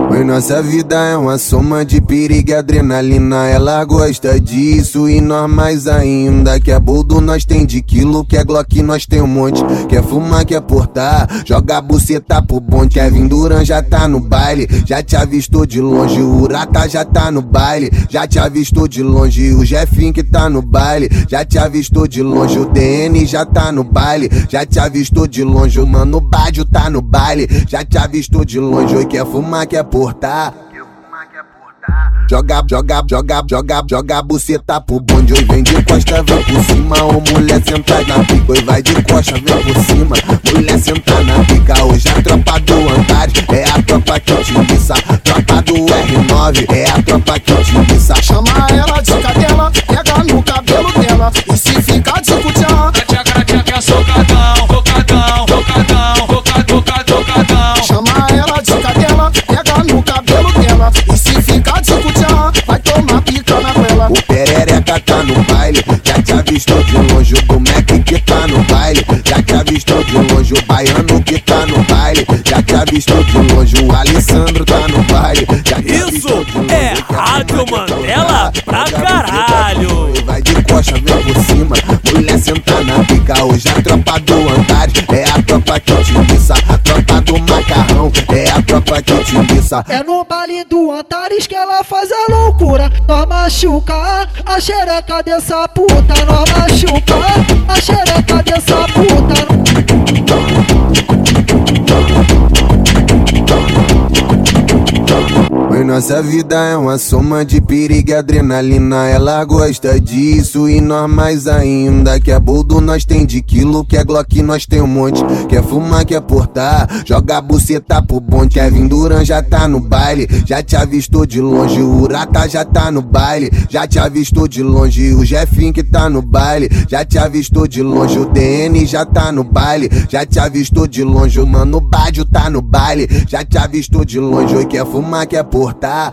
Pois nossa vida é uma soma de perigo e adrenalina. Ela gosta disso e nós mais ainda. Que é boldo nós tem de quilo, que é Glock nós tem um monte. Quer fumar, quer portar, joga a buceta pro bonde. Kevin Durant já tá no baile, já te avistou de longe. O Urata já tá no baile, já te avistou de longe. O Jefinho que tá no baile, já te avistou de longe. O DN já tá no baile, já te avistou de longe. O Mano Badio tá no baile, já te avistou de longe. Oi, quer fumar, quer portar, joga a buceta pro bonde. Oi, vem de costa, vem por cima. Ô mulher senta na pica, oi, vai de costa, vem por cima. Mulher senta na pica, hoje a tropa do Antares é a tropa que te enguiça. Tropa do R9 é a tropa que te enguiça. Chama ela de cadela, pega no cabelo dela. E se ficar de cutiá, que é socadão, bocadão, bocadão, bocadão. chama ela de cadela, pega no cabelo dela. E se ficar de cutiá, vai tomar pica na goela. O Perereca tá no baile, já te avistou de longe. O Boneco que tá no baile, já te avistou de longe. O Baiano que tá no baile, já te avistou de longe. O Alessandro tá no baile, já te avistou de longe. Isso é Rádio Mandela pra caralho. Vai de costa, vem por cima. Mulher senta na pica, hoje a tropa do Antares é a tropa que te enguiça. A tropa do Macarrão é a tropa que te enguiça. É no baile do Antares que ela faz a loucura. Nós machuca a xereca dessa puta. Nós machuca a xereca dessa puta. Pois nossa vida é uma soma de perigo e adrenalina. Ela gosta disso e nós mais ainda. Que é boldo nós tem de quilo, que é Glock nós tem um monte. Quer fumar, quer portar, joga a buceta pro bonde. Kevin Durant já tá no baile, já te avistou de longe. O Urata já tá no baile, já te avistou de longe. O Jefinho que tá no baile, já te avistou de longe. O DN já tá no baile, já te avistou de longe. O Mano Badio tá no baile, já te avistou de longe. Oi, quer fumar, quer portar,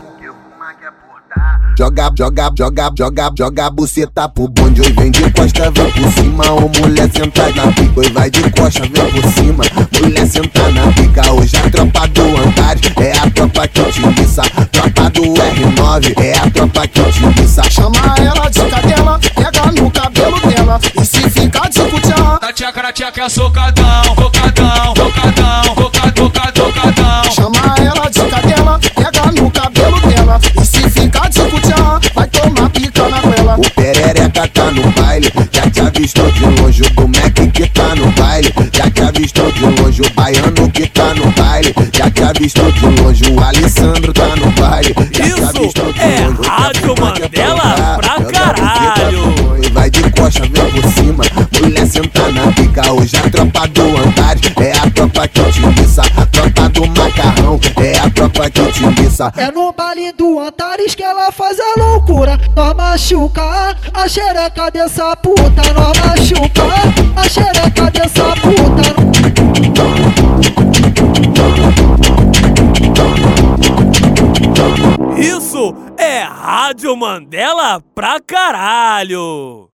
joga a buceta pro bonde. Oi, vem de costa, vem por cima. Ô mulher senta na pica, oi, vai de costa, vem por cima. Mulher senta na pica, hoje a tropa do Antares é a tropa que te enguiça. Tropa do R9 é a tropa que te enguiça. Chama ela de cadela, pega no cabelo dela. E se ficar de cutiá, Que é socadão, bocadão, bocadão, bocadão. chama ela de cadela, pega no cabelo dela. E se ficar de cutiá, vai tomar pica na goela. O Perereca tá no baile, já te avistou de longe. O Boneco que tá no baile, já te avistou de longe. O Baiano que tá no baile, já te avistou de longe. O Alessandro tá no baile, já te avistou de é longe. Rádio Mandela pra caralho. Vai de costa, vem por cima. Mulher senta na pica, hoje a tropa do Antares é a tropa que te enguiça. A tropa do Macarrão é a tropa que te enguiça. É no baile do Antares que ela faz a loucura. Nós machuca a xereca dessa puta. Nós machuca a xereca dessa puta. Isso é Rádio Mandela pra caralho.